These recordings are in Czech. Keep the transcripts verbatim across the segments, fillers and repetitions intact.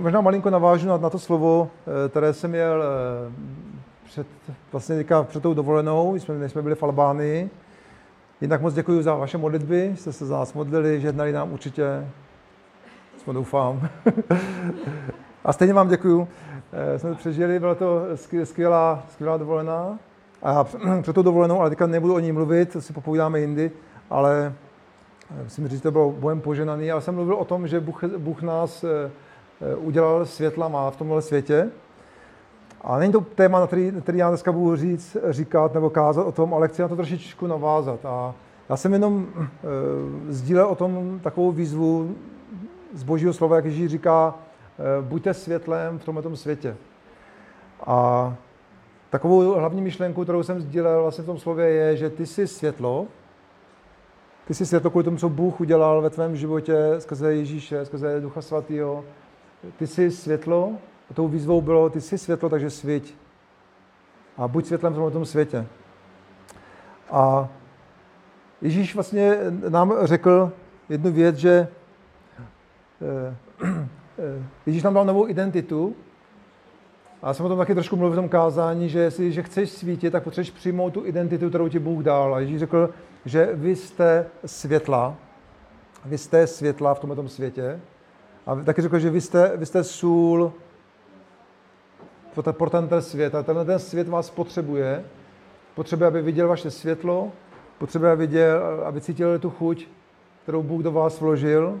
možná malinko navážu na, na to slovo, které jsem měl před, vlastně teďka před tou dovolenou, jsme, než jsme byli v Albánii. Jinak moc děkuji za vaše modlitby, jste se za nás modlili, žehnali nám určitě, jsme doufám. A stejně vám děkuju. Jsme to přežili, byla to skvělá, skvělá dovolená. A před tou dovolenou, ale teďka nebudu o ní mluvit, to si popovídáme jindy, ale musím říct, že to bylo Bohem poženaný, ale jsem mluvil o tom, že Bůh, Bůh nás udělal světlama v tomhle světě. A není to téma, na který, který já dneska budu říct, říkat nebo kázat o tom, ale chci na to trošičku navázat. A já jsem jenom e, sdílel o tom takovou výzvu z Božího slova, jak Ježíš říká, e, buďte světlem v tomto světě. A takovou hlavní myšlenku, kterou jsem sdílel vlastně v tom slově, je, že ty jsi světlo, ty jsi světlo kvůli tomu, co Bůh udělal ve tvém životě skrze Ježíše, skrze Ducha Svatého. Ty jsi světlo, a tou výzvou bylo, ty jsi světlo, takže svíť. A buď světlem v tomto světě. A Ježíš vlastně nám řekl jednu věc, že Ježíš nám dal novou identitu. A já jsem o tom taky trošku mluvil v tom kázání, že jestli že chceš svítit, tak potřebuješ přijmout tu identitu, kterou ti Bůh dal. A Ježíš řekl, že vy jste světla, vy jste světla v tomto světě. A taky řekl, že vy jste, vy jste sůl pro ten svět. A tenhle ten svět vás potřebuje. Potřebuje, aby viděl vaše světlo, potřebuje, aby, viděl, aby cítil tu chuť, kterou Bůh do vás vložil.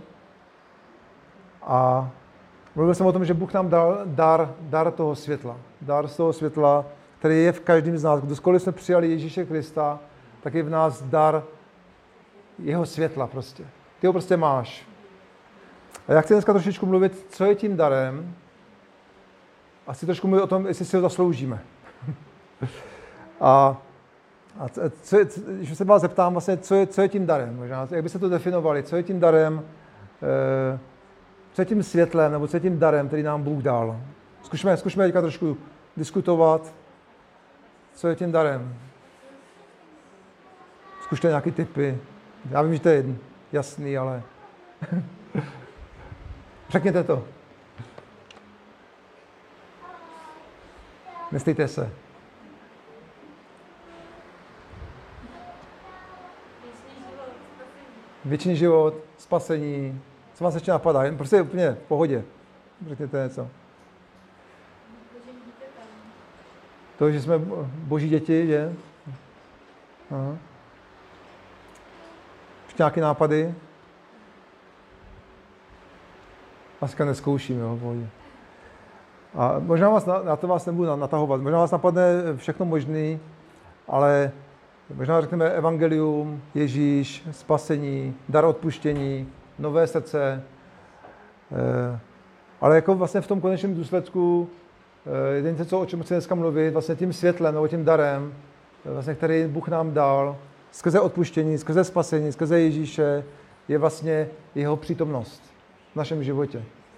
A mluvil jsem o tom, že Bůh nám dal dar, dar toho světla. Dar z toho světla, který je v každém z nás. Kdokoliv jsme přijali Ježíše Krista, tak je v nás dar jeho světla prostě. Ty ho prostě máš. A já chci dneska trošičku mluvit, co je tím darem. A chci trošku mluvit o tom, jestli si ho zasloužíme. a, a co je, když se vás zeptám, vlastně, co, je, co je tím darem? Možná, jak byste to definovali? Co je tím darem? E, co je tím světlem, nebo co je tím darem, který nám Bůh dal? Zkusme, zkusme teďka trošku diskutovat. Co je tím darem? Zkušte nějaké tipy. Já vím, že to je jasný, ale... Řekněte to. Nestejte se. Věčný život, spasení. Co vás ještě napadá? Jen prostě úplně v pohodě. Řekněte něco. To, že jsme boží děti, že? Aha. Ještě nějaké nápady? Aska neskouším, jo, v pohodě. A možná vás na, na to vás nebudu natahovat. Možná vás napadne všechno možný, ale možná řekneme evangelium, Ježíš, spasení, dar odpuštění, nové srdce. E, ale jako vlastně v tom konečném důsledku, e, jeden něco, o čem chci dneska mluvit, vlastně tím světlem nebo tím darem, vlastně, který Bůh nám dal, skrze odpuštění, skrze spasení, skrze Ježíše, je vlastně jeho přítomnost v našem životě.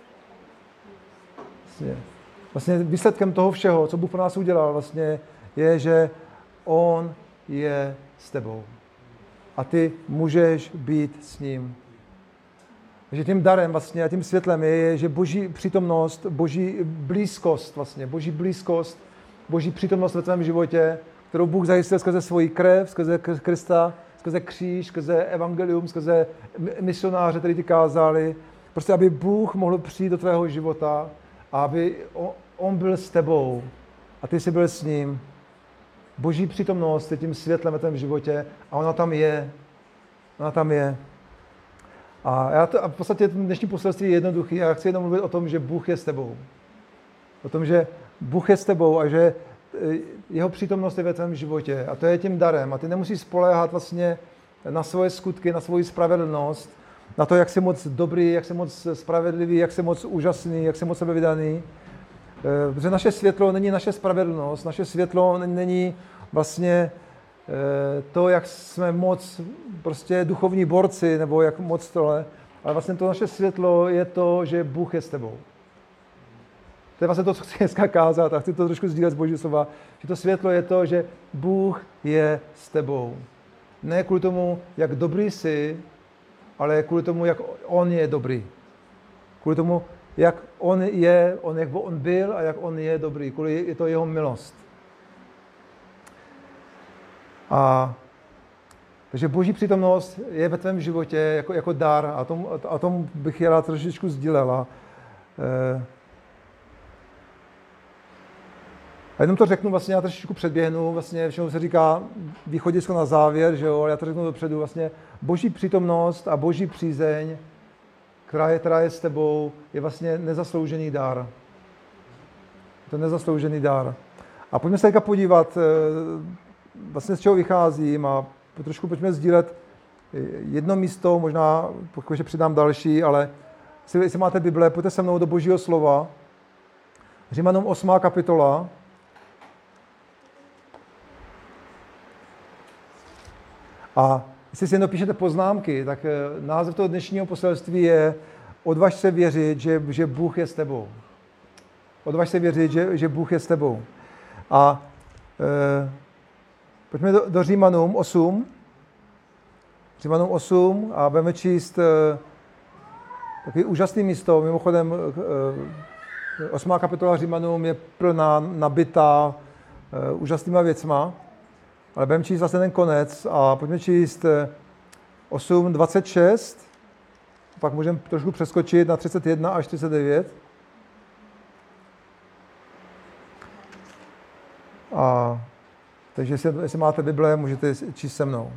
Vlastně. Vlastně výsledkem toho všeho, co Bůh pro nás udělal, vlastně je, že on je s tebou. A ty můžeš být s ním. Takže tím darem vlastně a tím světlem je, že boží přítomnost, boží blízkost vlastně, boží blízkost, boží přítomnost ve tvém životě, kterou Bůh zajistil skrze svoji krev, skrze Krista, skrze kříž, skrze evangelium, skrze misionáře, který ty kázali. Prostě, aby Bůh mohl přijít do tvého života a aby on byl s tebou a ty jsi byl s ním. Boží přítomnost je tím světlem ve tvém životě a ona tam je. Ona tam je. A, já to, a v podstatě dnešní poselství je jednoduchý a já chci jenom mluvit o tom, že Bůh je s tebou. O tom, že Bůh je s tebou a že jeho přítomnost je ve tvém životě. A to je tím darem. A ty nemusíš spoléhat vlastně na svoje skutky, na svoji spravedlnost, na to, jak jsi moc dobrý, jak jsi moc spravedlivý, jak jsi moc úžasný, jak jsi moc sebevydaný. Protože naše světlo není naše spravedlnost, naše světlo není vlastně to, jak jsme moc prostě duchovní borci, nebo jak moc tohle, ale vlastně to naše světlo je to, že Bůh je s tebou. To je vlastně to, co chci dneska kázat a chci to trošku sdílet z Božího slova, že to světlo je to, že Bůh je s tebou. Ne kvůli tomu, jak dobrý jsi, ale kvůli tomu, jak on je dobrý. Kvůli tomu, jak on je, on, jak on byl a jak on je dobrý, kvůli je to jeho milost. A takže Boží přítomnost je ve tvém životě jako, jako dar a tom, a tom bych je rád trošičku sdílela. A jenom to řeknu, vlastně já trošičku předběhnu, vlastně všemu se říká východisko na závěr, že jo, ale já to řeknu dopředu, vlastně Boží přítomnost a Boží přízeň, která je, která je s tebou, je vlastně nezasloužený dar. Je to nezasloužený dar. A pojďme se teďka podívat, vlastně z čeho vycházím a trošku pojďme sdílet jedno místo, možná pokud přidám další, ale jestli máte Bible, pojďte se mnou do Božího slova. Římanům osmá kapitola. A jestli si jenom píšete poznámky, tak název toho dnešního poselství je Odvaž se věřit, že, že Bůh je s tebou. Odvaž se věřit, že, že Bůh je s tebou. A e, pojďme do, do Římanům osm. Římanům osm a budeme číst e, takový úžasný místo. Mimochodem, e, osmá kapitola Římanům je plná, nabitá e, úžasnýma věcma. Ale budeme číst zase ten konec a pojďme číst osm dvacet šest, pak můžeme trošku přeskočit na třicet jedna až třicet devět. A, takže jestli, jestli máte Bible, můžete číst se mnou.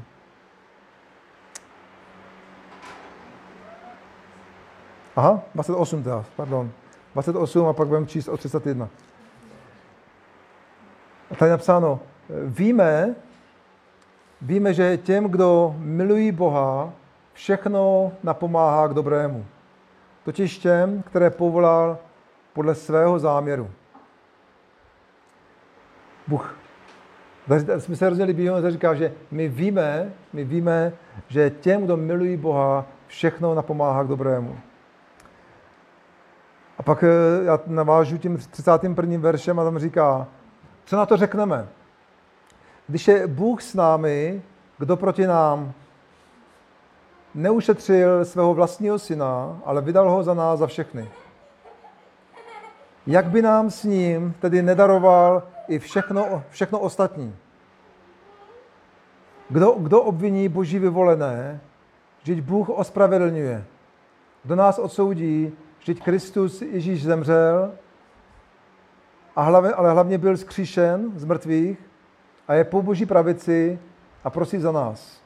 Aha, dvacet osm teda, pardon. dvacet osm a pak budeme číst o třicet jedna. A tady je napsáno, víme, Víme, že těm, kdo milují Boha, všechno napomáhá k dobrému. Totiž těm, které povolal podle svého záměru. Bůh. My se hrozně líbí, on říká, že my víme, my víme, že těm, kdo milují Boha, všechno napomáhá k dobrému. A pak já navážu tím třicátým prvním veršem a tam říká, co na to řekneme? Když je Bůh s námi, kdo proti nám? Neušetřil svého vlastního syna, ale vydal ho za nás, za všechny. Jak by nám s ním tedy nedaroval i všechno, všechno ostatní? Kdo, kdo obviní Boží vyvolené? Vždyť Bůh ospravedlňuje. Kdo nás odsoudí? Vždyť Kristus Ježíš zemřel, a hlavně, ale hlavně byl vzkříšen z mrtvých, a je po Boží pravici a prosí za nás.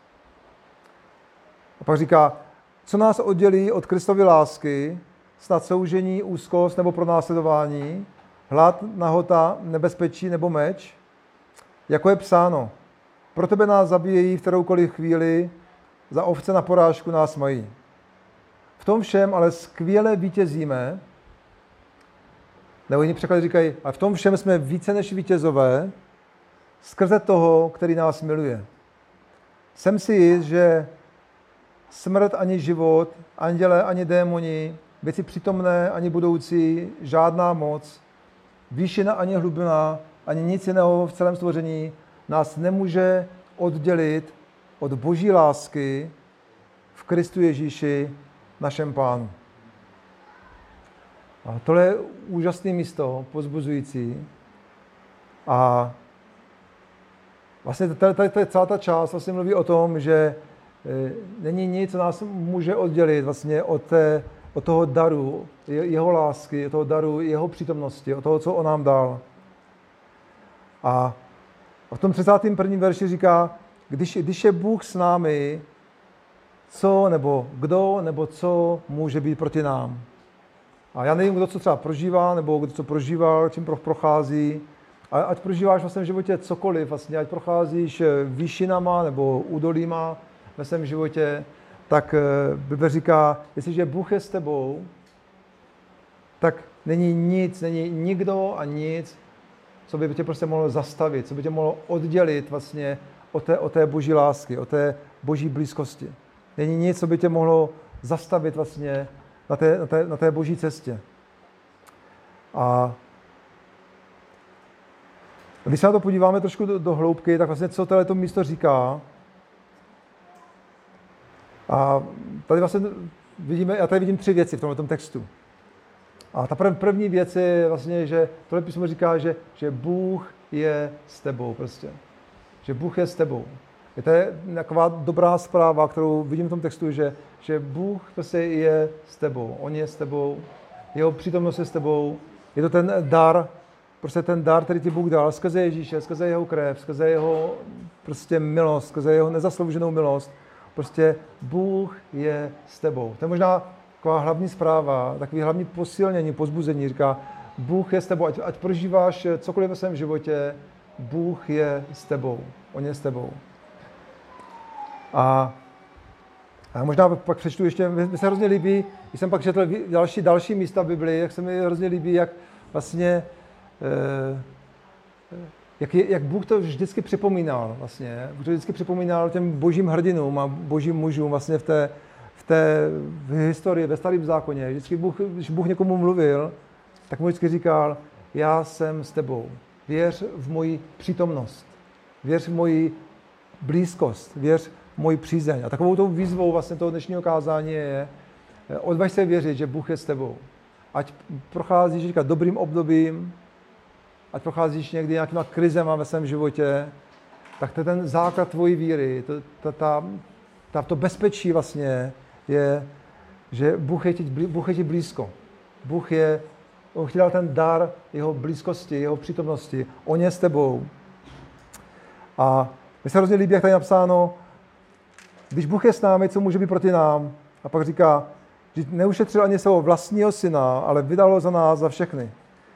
A pak říká, co nás oddělí od Kristovy lásky, snad soužení, úzkost nebo pronásledování, hlad, nahota, nebezpečí nebo meč, jako je psáno. Pro tebe nás zabíjejí v kteroukoliv chvíli, za ovce na porážku nás mají. V tom všem ale skvěle vítězíme, nebo jiní překlady říkají, a v tom všem jsme více než vítězové, skrze toho, který nás miluje. Jsem si jist, že smrt ani život, anděle ani démoni, věci přítomné ani budoucí, žádná moc, výšina ani hlubina, ani nic jiného v celém stvoření nás nemůže oddělit od Boží lásky v Kristu Ježíši, našem Pánu. A tohle je úžasné místo, povzbuzující. A vlastně tady, tady, tady celá ta část vlastně mluví o tom, že e, není nic, co nás může oddělit vlastně od, té, od toho daru, je, jeho lásky, od toho daru, jeho přítomnosti, od toho, co on nám dal. A, a v tom třicátém prvním verši říká, když, když je Bůh s námi, co nebo kdo nebo co může být proti nám. A já nevím, kdo co třeba prožívá, nebo kdo co prožíval, čím prochází. A ať prožíváš ve svém životě cokoliv, vlastně, ať procházíš výšinama nebo údolíma ve svém životě, tak Bible říká, jestliže Bůh je s tebou, tak není nic, není nikdo a nic, co by tě prostě mohlo zastavit, co by tě mohlo oddělit vlastně od té, od té Boží lásky, od té Boží blízkosti. Není nic, co by tě mohlo zastavit vlastně na té, na té, na té Boží cestě. A když se na to podíváme trošku do, do hloubky, tak vlastně co tohleto místo říká. A tady vlastně vidíme, já tady vidím tři věci v tomto textu. A ta prv, první věc je vlastně, že tohle písmo říká, že, že Bůh je s tebou prostě. Že Bůh je s tebou. Je to taková dobrá zpráva, kterou vidím v tom textu, že, že Bůh prostě je s tebou. On je s tebou, jeho přítomnost je s tebou. Je to ten dar, prostě ten dar, který ti Bůh dal skrze Ježíše, skrze jeho krev, skrze jeho prostě milost, skrze jeho nezaslouženou milost. Prostě Bůh je s tebou. To je možná taková hlavní zpráva, takový hlavní posilnění, pozbuzení. Říká, Bůh je s tebou, ať, ať prožíváš cokoliv ve svém životě, Bůh je s tebou. On je s tebou. A, a možná pak přečtu ještě, mi se hrozně líbí, když jsem pak četl další, další místa v Biblii, jak se mi hrozně líbí, jak vlastně, eh, jak, je, jak Bůh to vždycky připomínal vlastně. Bůh to vždycky připomínal těm božím hrdinům a božím mužům vlastně v té, v té v historii, ve starém zákoně. Vždycky Bůh, když Bůh někomu mluvil, tak mu vždycky říkal, já jsem s tebou. Věř v moji přítomnost. Věř v moji blízkost. Věř v moji přízeň. A takovou tou výzvou vlastně toho dnešního kázání je, odvaž se věřit, že Bůh je s tebou. Ať procházíš říkat, dobrým obdobím, ať procházíš někdy nějakýma krizema ve svém životě, tak to je ten základ tvojí víry. To, ta, ta, ta, to bezpečí vlastně je, že Bůh je ti, Bůh je ti blízko. Bůh je, on chtěl ten dar jeho blízkosti, jeho přítomnosti. On je s tebou. A mi se hrozně líbí, jak tady je napsáno, když Bůh je s námi, co může být proti nám? A pak říká, že neušetřil ani svého vlastního syna, ale vydal ho za nás, za všechny.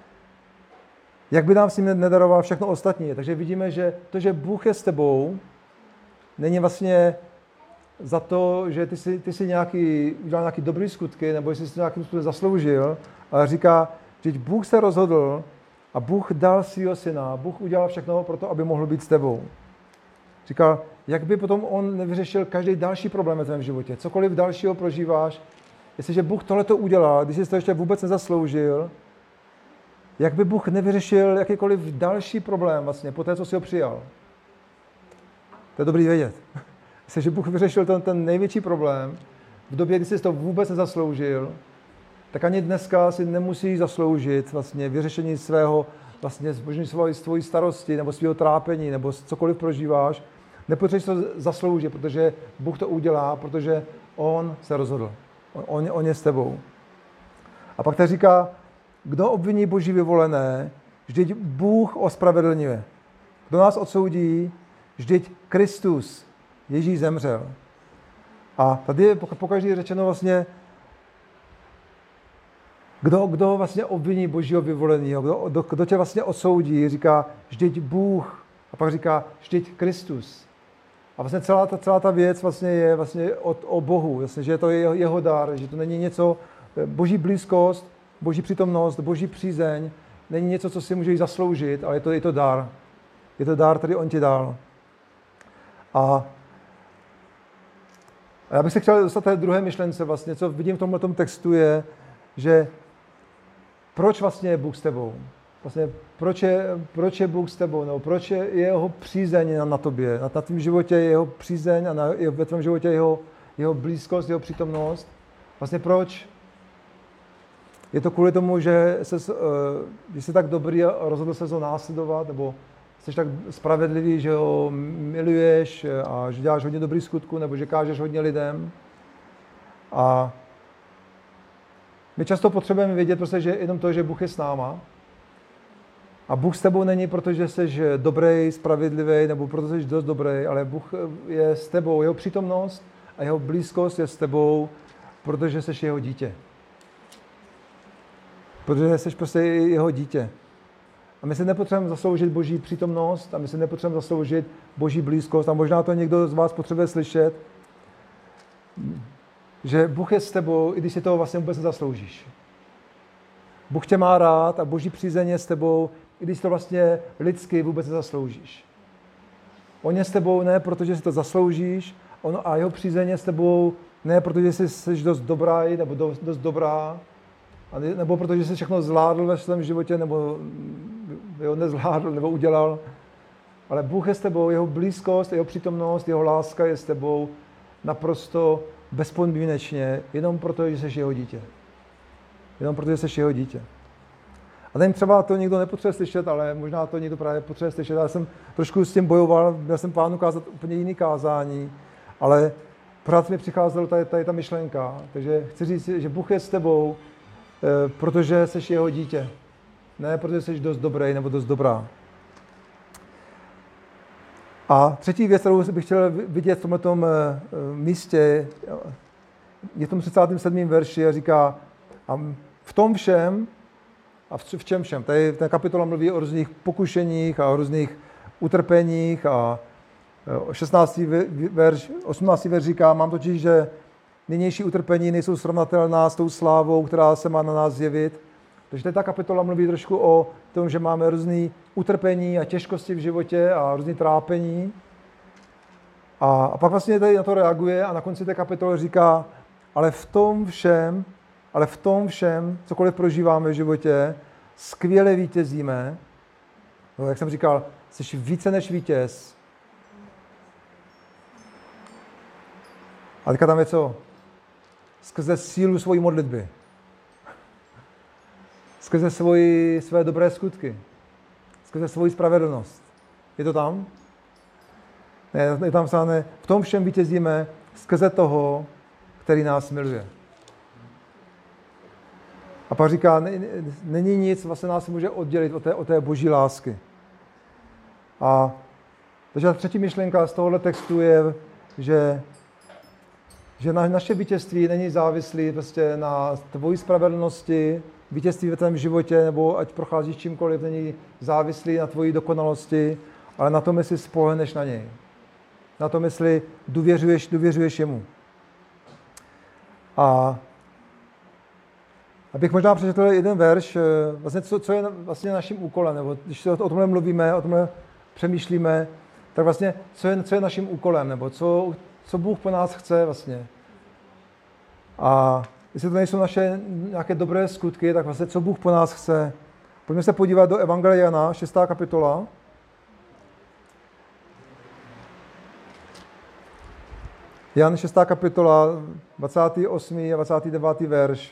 Jak by nám s ním nedaroval všechno ostatní? Takže vidíme, že to, že Bůh je s tebou, není vlastně za to, že ty si, ty si nějaký, udělal nějaký dobrý skutky, nebo jsi si nějakým způsobem zasloužil, ale říká, že Bůh se rozhodl a Bůh dal svého syna, Bůh udělal všechno pro to, aby mohl být s tebou. Říkal, jak by potom on nevyřešil každý další problém v tvém životě, cokoliv dalšího prožíváš, jestliže Bůh tohleto udělal, když jsi to ještě vůbec nezasloužil, jak by Bůh nevyřešil jakýkoliv další problém vlastně po té, co jsi ho přijal. To je dobrý vědět. Jestliže Bůh vyřešil ten, ten největší problém v době, kdy jsi to vůbec nezasloužil, tak ani dneska si nemusíš zasloužit vlastně vyřešení svého, vlastně z tvojí starosti nebo svého trápení nebo cokoliv prožíváš. Nepotřebuješ to zasloužit, protože Bůh to udělá, protože on se rozhodl. On, on je s tebou. A pak tady říká, kdo obviní Boží vyvolené, vždyť Bůh ospravedlňuje. Kdo nás odsoudí, vždyť Kristus, Ježíš zemřel. A tady je pokaždé řečeno vlastně, kdo, kdo vlastně obviní Božího vyvoleného, kdo, kdo tě vlastně odsoudí, říká, vždyť Bůh. A pak říká, vždyť Kristus. A vlastně celá ta, celá ta věc vlastně je vlastně o, o Bohu, vlastně, že je to jeho, jeho dar, že to není něco, Boží blízkost, Boží přítomnost, Boží přízeň, není něco, co si můžeš zasloužit, ale je to, je to dar. Je to dar, který on ti dal. A já bych se chtěl dostat té druhé myšlence vlastně, co vidím v tomhle textu je, že proč vlastně je Bůh s tebou? Vlastně proč je, proč je Bůh s tebou? Nebo proč je jeho přízeň na, na tobě? Na, na tvém životě je jeho přízeň a na, je ve tvém životě jeho, jeho blízkost, jeho přítomnost? Vlastně proč? Je to kvůli tomu, že jsi, když jsi tak dobrý a rozhodl se ho následovat, nebo jsi tak spravedlivý, že ho miluješ a že děláš hodně dobrý skutku, nebo že kážeš hodně lidem. A my často potřebujeme vědět, prostě, že jenom to, že Bůh je s náma. A Bůh s tebou není, protože jsi dobrý, spravedlivý, nebo protože jsi dost dobrý, ale Bůh je s tebou, jeho přítomnost a jeho blízkost je s tebou, protože jsi jeho dítě. Protože jsi prostě jeho dítě. A my si nepotřebujeme zasloužit Boží přítomnost a my si nepotřebujeme zasloužit Boží blízkost. A možná to někdo z vás potřebuje slyšet, že Bůh je s tebou, i když si toho vlastně vůbec nezasloužíš. Bůh tě má rád a Boží přízeň je s tebou, i když to vlastně lidsky vůbec nezasloužíš. On je s tebou ne, protože si to zasloužíš, on a jeho přízeň je s tebou ne, protože jsi, jsi dost dobrá nebo dost, dost dobrá, nebo protože jsi všechno zvládl ve svém životě, nebo jo, nezvládl, nebo udělal. Ale Bůh je s tebou, jeho blízkost, jeho přítomnost, jeho láska je s tebou naprosto bezpodmínečně, jenom proto, že jsi jeho dítě. Jenom protože jsi jeho dítě. A ten třeba to někdo nepotřebuje slyšet, ale možná to někdo právě potřebuje slyšet. Já jsem trošku s tím bojoval, měl jsem plánu kázat úplně jiný kázání, ale pořád mi přicházela tady, tady ta myšlenka. Takže chci říct, že Bůh je s tebou, protože jsi jeho dítě. Ne, protože jsi dost dobrý nebo dost dobrá. A třetí věc, kterou bych chtěl vidět v tomto místě, je v tom třicátém sedmém verši a říká, a v tom všem, a v čem všem, tady ta kapitola mluví o různých pokušeních a o různých utrpeních a šestnáctý verš, osmnáctý verš říká, mám totiž, že nynější utrpení nejsou srovnatelná s tou slávou, která se má na nás zjevit. Takže tady ta kapitola mluví trošku o tom, že máme různé utrpení a těžkosti v životě a různé trápení. A, a pak vlastně tady na to reaguje a na konci té kapitoly říká, ale v tom všem, ale v tom všem, cokoliv prožíváme v životě, skvěle vítězíme. No, jak jsem říkal, jsi více než vítěz. A teďka tam je co? Skrze sílu svojí modlitby. Skrze svoji, své dobré skutky. Skrze svoji spravedlnost. Je to tam? Ne, je tam psáno, v tom všem vítězíme skrze toho, který nás miluje. A pak říká, není nic, vlastně nás může oddělit od té, od té boží lásky. A takže ta třetí myšlenka z tohohle textu je, že, že na, naše vítězství není závislý prostě na tvojí spravedlnosti, vítězství ve tvém životě, nebo ať procházíš čímkoliv, není závislý na tvojí dokonalosti, ale na tom, jestli spolehneš na něj. Na tom, jestli důvěřuješ, důvěřuješ jemu. A abych možná přečetl jeden verš, vlastně co, co je vlastně naším úkolem, nebo když o tomhle mluvíme, o tomhle přemýšlíme, tak vlastně co je, co je naším úkolem, nebo co, co Bůh po nás chce vlastně. A jestli to nejsou naše nějaké dobré skutky, tak vlastně co Bůh po nás chce. Pojďme se podívat do Evangelia Jana, šestá kapitola. Jan šestá kapitola, dvacátý osmý a dvacátý devátý verš.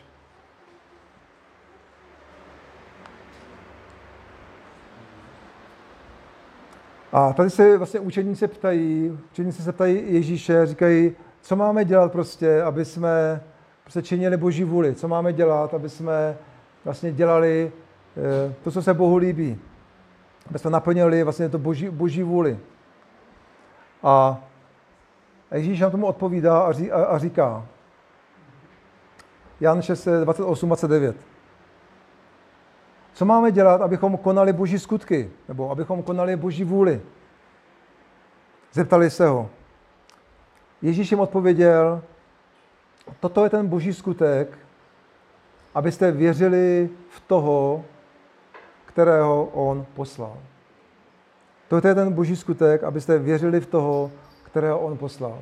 A tady se vlastně učedníci ptají, učedníci se ptají Ježíše, říkají, co máme dělat prostě, aby jsme prostě činili Boží vůli, co máme dělat, aby jsme vlastně dělali to, co se Bohu líbí, aby jsme naplnili vlastně to Boží, Boží vůli. A Ježíš nám tomu odpovídá a, ří, a, a říká, Jan šest, dvacet osm, dvacet devět. Co máme dělat, abychom konali Boží skutky, nebo abychom konali Boží vůli? Zeptali se ho. Ježíš jim odpověděl, toto je ten Boží skutek, abyste věřili v toho, kterého on poslal. Toto je ten Boží skutek, abyste věřili v toho, kterého on poslal.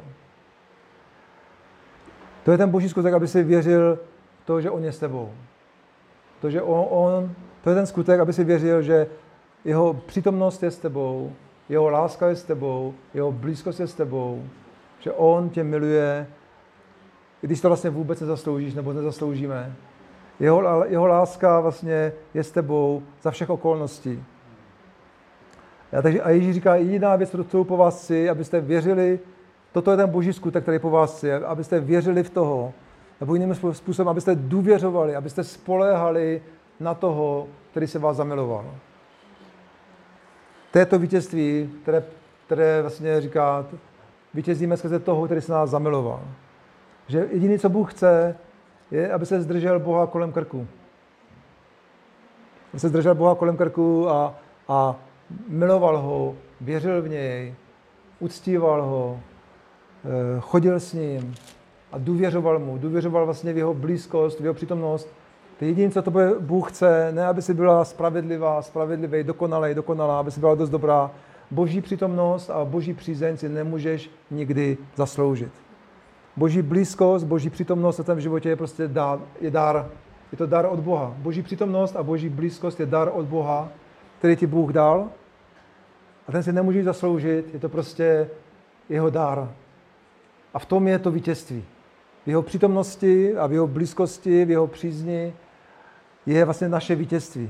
To je ten Boží skutek, aby si věřil v to, že on je s tebou. To, že on, on, to je ten skutek, aby si věřil, že jeho přítomnost je s tebou, jeho láska je s tebou, jeho blízkost je s tebou, že on tě miluje, i když to vlastně vůbec nezasloužíš nebo nezasloužíme. Jeho, jeho láska vlastně je s tebou za všech okolností. A, takže, a Ježíš říká, jediná věc, kterou po vás chci, abyste věřili, toto je ten Boží skutek, který po vás chci, abyste věřili v toho, nebo jiným způsobem, abyste důvěřovali, abyste spoléhali na toho, který se vás zamiloval. To je to vítězství, které, které vlastně říká, vítězíme skrze toho, který se nás zamiloval. Že jediné, co Bůh chce, je, aby se zdržel Boha kolem krku. Aby se zdržel Boha kolem krku a, a miloval ho, věřil v něj, uctíval ho, chodil s ním a důvěřoval mu. Důvěřoval vlastně v jeho blízkost, v jeho přítomnost. To je jediné, co to Bůh chce, ne aby si byla spravedlivá, spravedlivý, dokonalej, dokonalá, aby si byla dost dobrá. Boží přítomnost a boží přízeň si nemůžeš nikdy zasloužit. Boží blízkost, boží přítomnost v tvém životě je prostě dar, je dar. Je to dar od Boha. Boží přítomnost a boží blízkost je dar od Boha, který ti Bůh dal. A ten si nemůžeš zasloužit, je to prostě jeho dar. A v tom je to vítězství. V jeho přítomnosti a v jeho blízkosti, v jeho přízni je vlastně naše vítězství.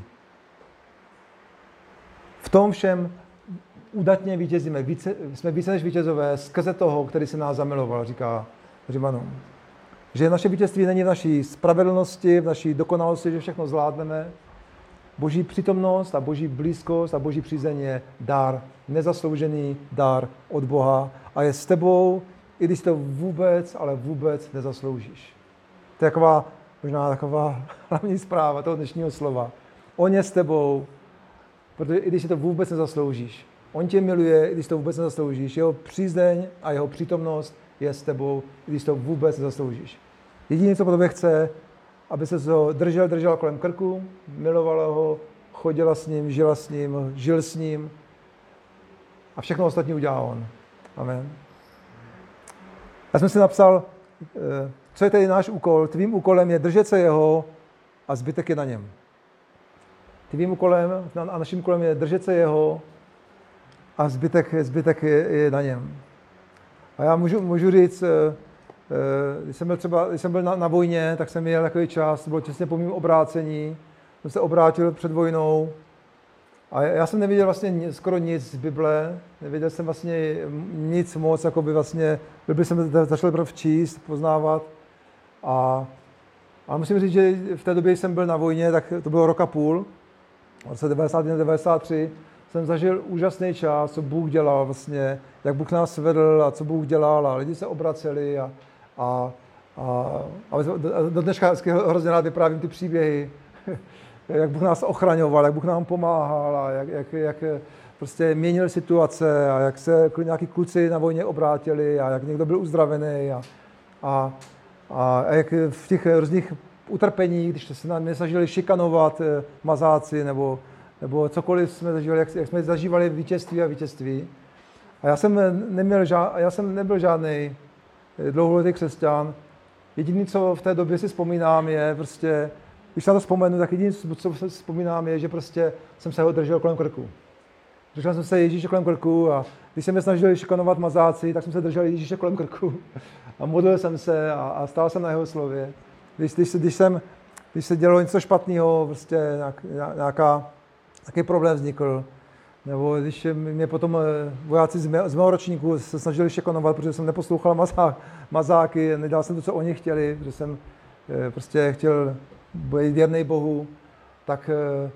V tom všem udatně vítězíme. Více, jsme více než vítězové skrze toho, který se nás zamiloval, říká Římanům. Že naše vítězství není v naší spravedlnosti, v naší dokonalosti, že všechno zvládneme. Boží přítomnost a boží blízkost a boží přízeň je dar, nezasloužený dar od Boha a je s tebou, i když to vůbec, ale vůbec nezasloužíš. To je taková, možná taková hlavní zpráva toho dnešního slova. On je s tebou, protože i když si to vůbec nezasloužíš. On tě miluje, i když to vůbec nezasloužíš. Jeho přízeň a jeho přítomnost je s tebou, i když to vůbec nezasloužíš. Jediné, co po tobě chce, aby se ho držel, držela kolem krku, milovala ho, chodila s ním, žila s ním, žil s ním a všechno ostatní udělá on. Amen. Já jsem si napsal, co je tedy náš úkol. Tvým úkolem je držet se jeho a zbytek je na něm. Tvým úkolem a naším úkolem je držet se jeho a zbytek, zbytek je, je na něm. A já můžu, můžu říct, když jsem byl třeba, když jsem byl na, na vojně, tak jsem měl takový čas, bylo těsně po mým obrácení, jsem se obrátil před vojnou a já jsem neviděl vlastně skoro nic z Bible, neviděl jsem vlastně nic moc, jako by vlastně, Bibli jsem začal teprve číst, poznávat a, a musím říct, že v té době, jsem byl na vojně, tak to bylo rok a půl, v roce devadesát jedna devadesát tři, jsem zažil úžasný čas, co Bůh dělal vlastně, jak Bůh nás vedl a co Bůh dělal a lidi se obraceli a, a, a, a do dneška hrozně rád vyprávím ty příběhy, jak Bůh nás ochraňoval, jak Bůh nám pomáhal a jak, jak, jak prostě měnil situace a jak se nějaký kluci na vojně obrátili a jak někdo byl uzdravený a, a, a jak v těch různých utrpeních, když se nám snažili šikanovat mazáci nebo nebo cokoliv jsme zažívali, jak, jak jsme zažívali vítězství a vítězství. A já jsem, neměl žád, já jsem nebyl žádný dlouholetý křesťan. Jediné, co v té době si vzpomínám, je prostě, když se na to vzpomenu, tak jediné, co si vzpomínám, je, že prostě jsem se ho držel kolem krku. Držel jsem se Ježíše kolem krku a když se mě snažili šikanovat mazáci, tak jsem se držel Ježíše kolem krku a modlil jsem se a, a stál jsem na jeho slově. Když, když, když, jsem, když se dělalo něco špatného, prostě nějak, nějaká Taký problém vznikl, nebo když mě potom vojáci z mého, z mého ročníku se snažili šikanovat, protože jsem neposlouchal mazák, mazáky, nedělal jsem to, co oni chtěli, protože jsem prostě chtěl být věrný Bohu, tak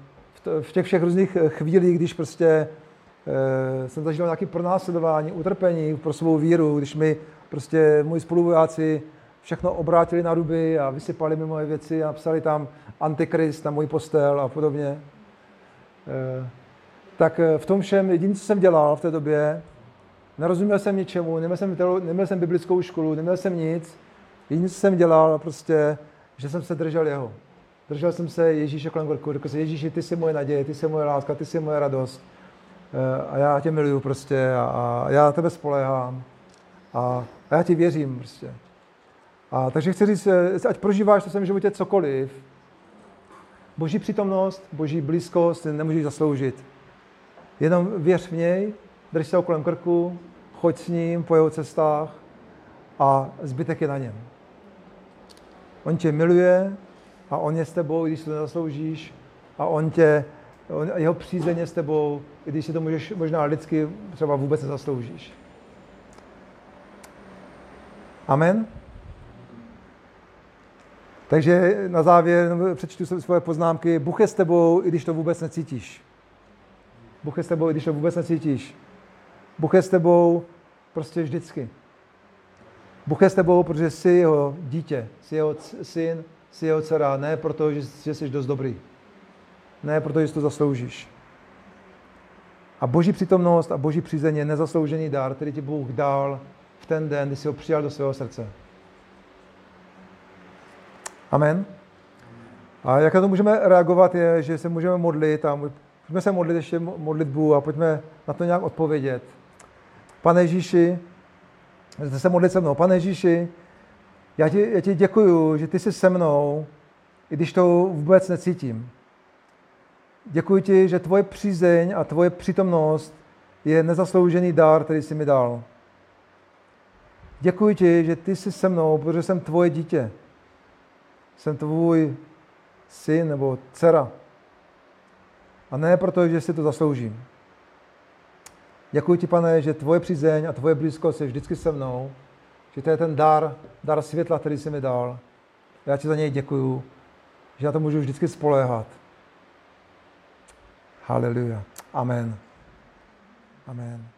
v těch všech různých chvílích, když prostě jsem zažil nějaké pronásledování, utrpení pro svou víru, když mi prostě moji spoluvojáci všechno obrátili na ruby a vysypali mi moje věci a psali tam Antikrist na můj postel a podobně, tak v tom všem jediné, co jsem dělal v té době, nerozuměl jsem ničemu, neměl jsem, neměl jsem biblickou školu, neměl jsem nic. Jediné, co jsem dělal, prostě, že jsem se držel jeho. Držel jsem se Ježíše kolem krku, řekl jsem, Ježíši, ty jsi moje naděje, ty jsi moje láska, ty jsi moje radost. A já tě miluju prostě a, a já na tebe spoléhám a, a já ti věřím prostě. A takže chci říct, ať prožíváš v svém životě cokoliv, Boží přítomnost, Boží blízkost nemůžeš zasloužit. Jenom věř v něj, drž se ho kolem krku, choď s ním po jeho cestách a zbytek je na něm. On tě miluje a on je s tebou, i když to nezasloužíš a on tě, on, jeho přízeň je s tebou, i když si to můžeš možná lidsky třeba vůbec nezasloužíš. Amen. Takže na závěr přečtu svoje poznámky. Bůh je s tebou, i když to vůbec necítíš. Bůh je s tebou, i když to vůbec necítíš. Bůh je s tebou prostě vždycky. Bůh je s tebou, protože jsi jeho dítě, jsi jeho syn, jsi jeho dcera, ne proto, že, že jsi dost dobrý. Ne proto, že si to zasloužíš. A Boží přítomnost a Boží přízeň je nezasloužený dar, který ti Bůh dal v ten den, kdy jsi ho přijal do svého srdce. Amen. A jak na to můžeme reagovat, je, že se můžeme modlit a můžeme se modlit ještě modlitbu a pojďme na to nějak odpovědět. Pane Ježíši, můžete se modlit se mnou. Pane Ježíši, já ti, já ti děkuju, že ty jsi se mnou, i když to vůbec necítím. Děkuji ti, že tvoje přízeň a tvoje přítomnost je nezasloužený dar, který jsi mi dal. Děkuji ti, že ty jsi se mnou, protože jsem tvoje dítě. Jsem tvůj syn nebo dcera. A ne proto, že si to zasloužím. Děkuji ti, Pane, že tvoje přízeň a tvoje blízkost je vždycky se mnou, že to je ten dar, dar světla, který jsi mi dal. Já ti za něj děkuju, že na to můžu vždycky spoléhat. Haleluja. Amen. Amen.